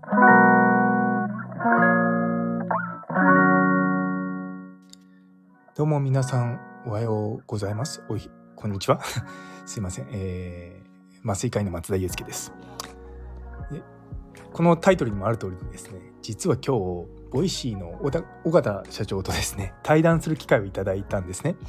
どうも皆さんおはようございます。こんにちはすいません、麻酔科医の松田祐介です。このタイトルにもある通りですね、実は今日ボイシーの尾形社長とですね対談する機会をいただいたんですね。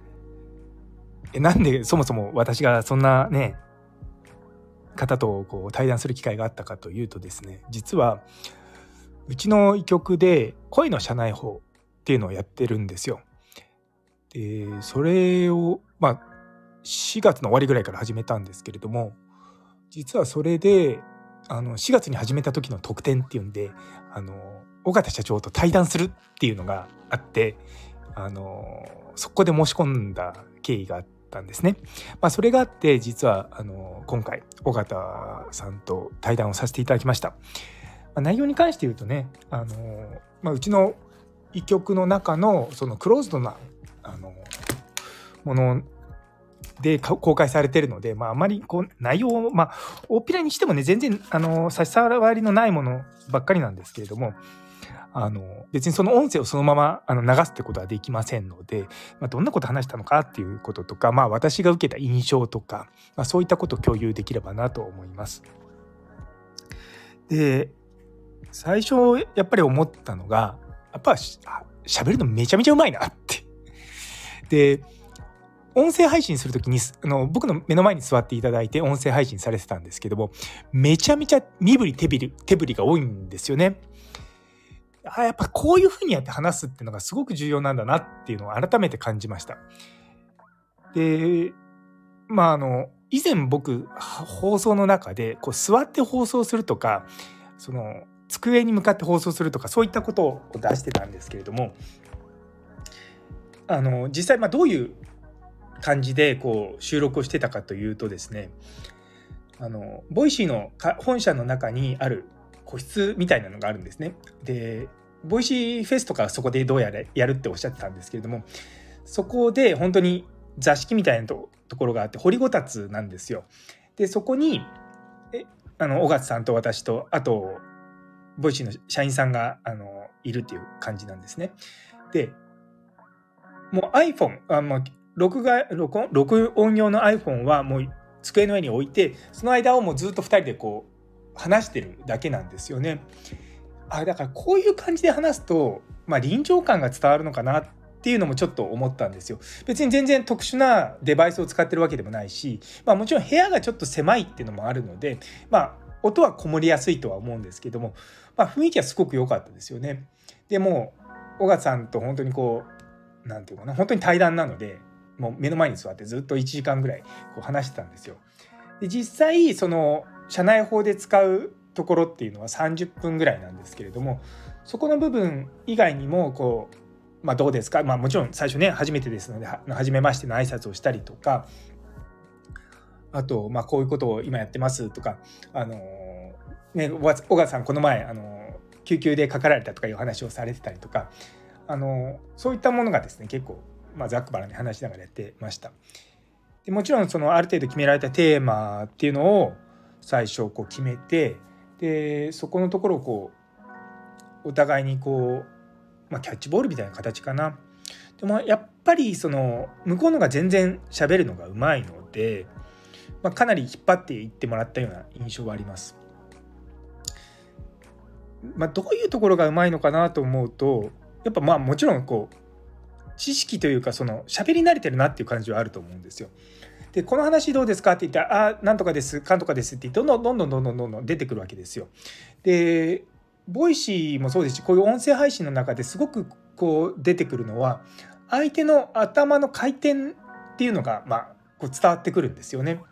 なんでそもそも私がそんなね方と対談する機会があったかというとですね、実はうちの医局で声の社内報っていうのをやってるんですよ。でそれを4月の終わりぐらいから始めたんですけれども、実はそれで4月に始めた時の特典っていうんで尾形社長と対談するっていうのがあって、そこで申し込んだ経緯があったんですね。それがあって実は今回尾形さんと対談をさせていただきました。内容に関して言うとね、うちの医局の中のそのクローズドなもので公開されているので、あまり内容を大っぴらにしてもね、全然差し障りのないものばっかりなんですけれども、別にその音声をそのまま流すってことはできませんので、どんなこと話したのかっていうこととか、私が受けた印象とか、そういったことを共有できればなと思います。で最初やっぱり思ったのが、やっぱ喋るのめちゃめちゃうまいなって。で音声配信するときに僕の目の前に座っていただいて音声配信されてたんですけども、めちゃめちゃ身振り手振りが多いんですよね。やっぱこういうふうにやって話すっていうのがすごく重要なんだなっていうのを改めて感じました。で以前僕放送の中で座って放送するとか、その机に向かって放送するとか、そういったことを出してたんですけれども、実際どういう感じで収録をしてたかというとですね、ボイシーの本社の中にある個室みたいなのがあるんですね。でボイシーフェスとかそこでどうやらやるっておっしゃってたんですけれども、そこで本当に座敷みたいなところがあって掘りごたつなんですよ。でそこに尾形さんと私とあとボイシーの社員さんがいるっていう感じなんですね。でもう iPhone 録音用の iPhone はもう机の上に置いて、その間をもうずっと2人で話してるだけなんですよね。だからこういう感じで話すと、臨場感が伝わるのかなっていうのもちょっと思ったんですよ。別に全然特殊なデバイスを使ってるわけでもないし、もちろん部屋がちょっと狭いっていうのもあるので、音はこもりやすいとは思うんですけども、雰囲気はすごく良かったですよね。でも尾形さんと本当になんていうかな、本当に対談なので、もう目の前に座ってずっと1時間ぐらい話してたんですよ。で実際その社内報で使うところっていうのは30分ぐらいなんですけれども、そこの部分以外にもどうですか、もちろん最初ね初めてですので初めましての挨拶をしたりとか、あとこういうことを今やってますとか、尾形さんこの前救急でかかられたとかいう話をされてたりとか、そういったものがですね結構ざっくばらんに話しながらやってました。でもちろんそのある程度決められたテーマっていうのを最初決めて、でそこのところをお互いにキャッチボールみたいな形かな。でもやっぱりその向こうのが全然喋るのがうまいので、かなり引っ張っていってもらったような印象はあります。どういうところがうまいのかなと思うと、やっぱもちろん知識というかその喋り慣れてるなっていう感じはあると思うんですよ。でこの話どうですかって言ったら、なんとかですかんとかですってどんどん出てくるわけですよ。でボイシーもそうですし、こういう音声配信の中ですごく出てくるのは、相手の頭の回転っていうのが伝わってくるんですよね。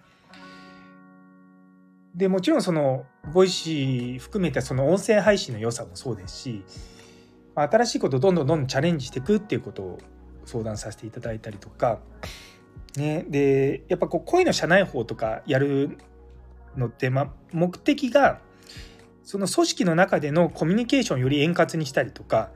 でもちろんそのボイシー含めたその音声配信の良さもそうですし、新しいことをどんどんチャレンジしていくっていうことを相談させていただいたりとか、でやっぱ声の社内報とかやるのって、目的がその組織の中でのコミュニケーションをより円滑にしたりとか、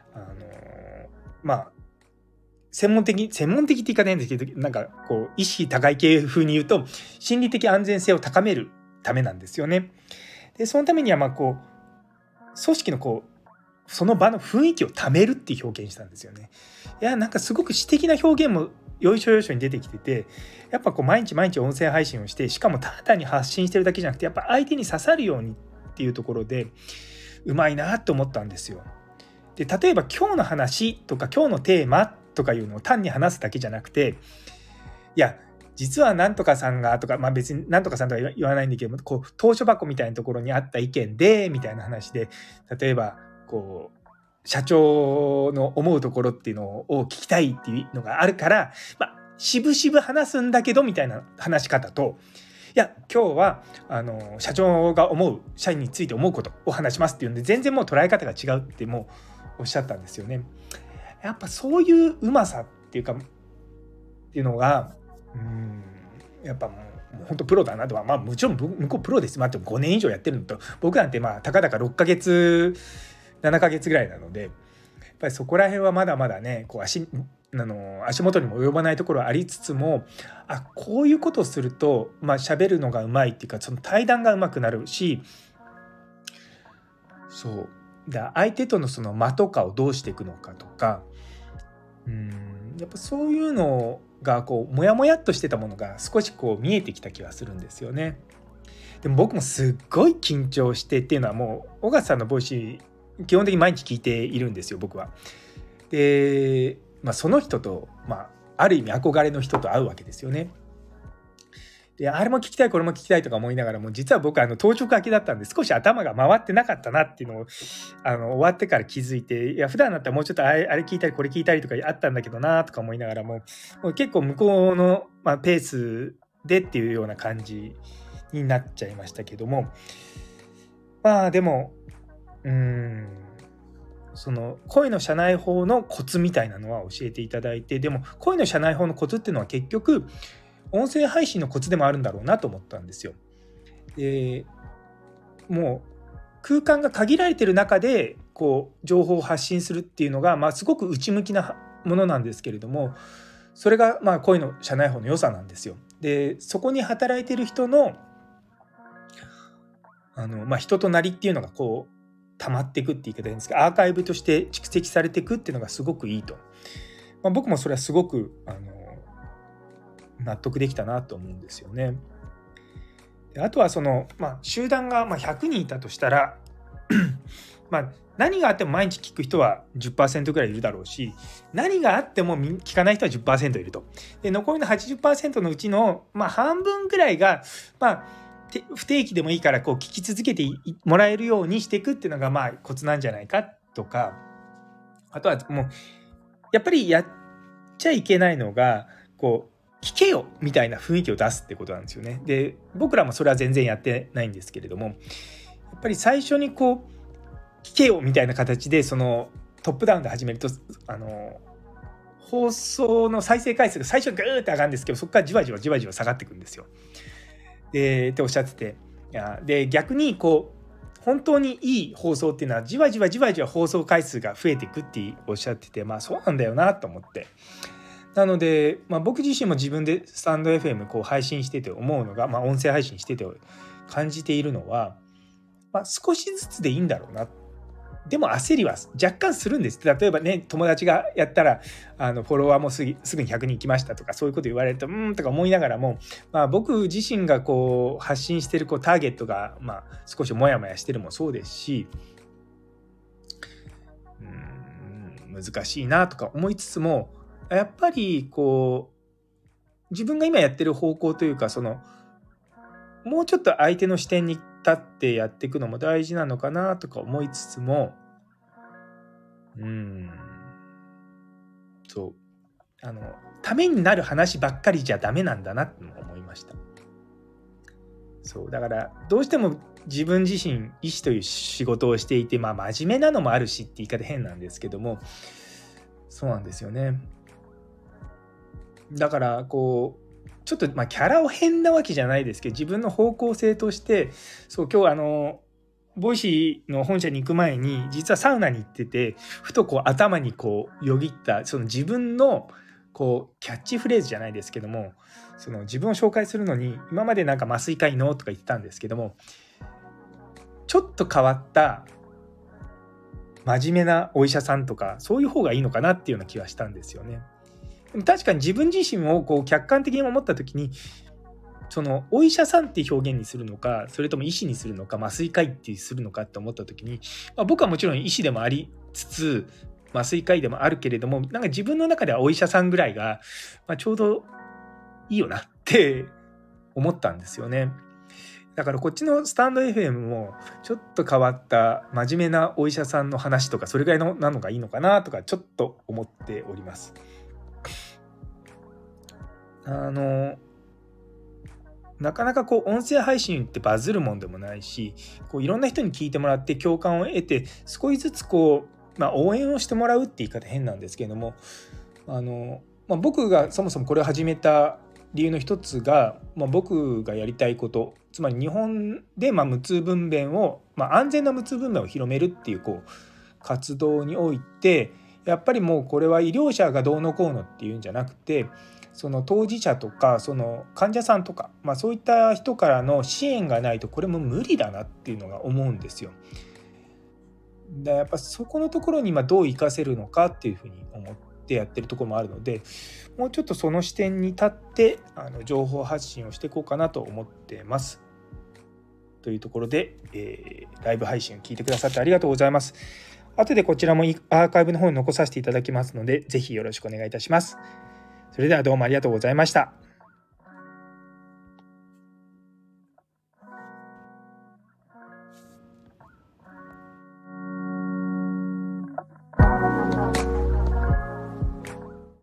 専門的って言い方ないんですけど、意識高い系風に言うと心理的安全性を高めるためなんですよね。でそのためには組織のその場の雰囲気をためるっていう表現したんですよね。いやなんかすごく詩的な表現もよいしょよいしょに出てきてて、やっぱ毎日毎日音声配信をして、しかもただ単に発信してるだけじゃなくて、やっぱ相手に刺さるようにっていうところでうまいなと思ったんですよ。で例えば今日の話とか今日のテーマとかいうのを単に話すだけじゃなくて、いや実はなんとかさんがとか、別になんとかさんとは言わないんだけども、投書箱みたいなところにあった意見でみたいな話で、例えば社長の思うところっていうのを聞きたいっていうのがあるから、渋々話すんだけどみたいな話し方と、いや今日は社長が思う社員について思うことを話しますっていうんで、全然もう捉え方が違うってもうおっしゃったんですよね。やっぱそういううまさっていうかっていうのがやっぱもう本当プロだなとは、もちろん向こうプロです。5年以上やってるのと、僕なんてたかだか6ヶ月7ヶ月ぐらいなので、やっぱりそこら辺はまだまだね足元にも及ばないところはありつつも、こういうことをすると喋るのがうまいっていうか、その対談がうまくなるし、そうだ相手とのその間とかをどうしていくのかとか、やっぱそういうのがモヤモヤっとしてたものが少し見えてきた気がするんですよね。でも僕もすっごい緊張してっていうのは、もう尾形さんのボイシー基本的に毎日聞いているんですよ僕は。で、その人と、ある意味憧れの人と会うわけですよね。であれも聞きたいこれも聞きたいとか思いながらも、実は僕当直明けだったんで少し頭が回ってなかったなっていうのを終わってから気づいて、いや普段だったらもうちょっとあれ聞いたりこれ聞いたりとかあったんだけどなとか思いながらもう結構向こうの、ペースでっていうような感じになっちゃいましたけども、でもその声の社内法のコツみたいなのは教えていただいて、でも声の社内法のコツっていうのは結局音声配信のコツでもあるんだろうなと思ったんですよ。でもう空間が限られてる中で情報を発信するっていうのが、すごく内向きなものなんですけれども、それが声の社内法の良さなんですよ。でそこに働いてる人の人となりっていうのが溜まっていくって言い方ですけど、アーカイブとして蓄積されていくっていうのがすごくいいと、僕もそれはすごく納得できたなと思うんですよね。であとは集団が100人いたとしたら何があっても毎日聞く人は 10% ぐらいいるだろうし、何があっても聞かない人は 10% いると。で残りの 80% のうちの半分ぐらいが不定期でもいいから聞き続けてもらえるようにしていくっていうのがコツなんじゃないかとか、あとはもうやっぱりやっちゃいけないのが聞けよみたいな雰囲気を出すってことなんですよね。で僕らもそれは全然やってないんですけれども、やっぱり最初に聞けよみたいな形でそのトップダウンで始めると放送の再生回数が最初グーって上がるんですけど、そこからじわじわ下がっていくんですよ。っておっしゃってて、で逆に本当にいい放送っていうのはじわじわ放送回数が増えていくっておっしゃってて、そうなんだよなと思って。なので、僕自身も自分でスタンド FM 配信してて思うのが、音声配信してて感じているのは、少しずつでいいんだろうな。でも焦りは若干するんです。例えばね、友達がやったらフォロワーもすぐに100人来ましたとか、そういうこと言われるととか思いながらも、僕自身が発信しているターゲットが少しモヤモヤしてるもそうですし、難しいなとか思いつつも、やっぱり自分が今やってる方向というか、もうちょっと相手の視点に立ってやっていくのも大事なのかなとか思いつつも、そうためになる話ばっかりじゃダメなんだなと思いました。そうだからどうしても自分自身医師という仕事をしていて、真面目なのもあるしって言い方変なんですけども、そうなんですよね。だからちょっとキャラを変なわけじゃないですけど、自分の方向性として、今日ボイシーの本社に行く前に実はサウナに行ってて、ふと頭によぎったその自分のキャッチフレーズじゃないですけども、その自分を紹介するのに今まで麻酔科医のとか言ってたんですけども、ちょっと変わった真面目なお医者さんとかそういう方がいいのかなっていうような気はしたんですよね。でも確かに自分自身をこう客観的に思った時に、そのお医者さんっていう表現にするのか、それとも医師にするのか、麻酔科医ってするのかって思った時に、僕はもちろん医師でもありつつ麻酔科医でもあるけれども、なんか自分の中ではお医者さんぐらいが、ちょうどいいよなって思ったんですよね。だからこっちのスタンド FM もちょっと変わった真面目なお医者さんの話とかそれぐらいのなのがいいのかなとかちょっと思っております。なかなかこう音声配信ってバズるもんでもないし、こういろんな人に聞いてもらって共感を得て少しずつこう、応援をしてもらうって言い方変なんですけれども、僕がそもそもこれを始めた理由の一つが、僕がやりたいこと、つまり日本で無痛分娩を、安全な無痛分娩を広めるっていうこう活動において、やっぱりもうこれは医療者がどうのこうのっていうんじゃなくて、その当事者とかその患者さんとか、そういった人からの支援がないとこれも無理だなっていうのが思うんですよ。でやっぱそこのところにどう活かせるのかっていうふうに思ってやってるところもあるので、もうちょっとその視点に立って情報発信をしていこうかなと思ってます。というところで、ライブ配信を聞いてくださってありがとうございます。後でこちらもアーカイブの方に残させていただきますので、ぜひよろしくお願いいたします。それではどうもありがとうございました。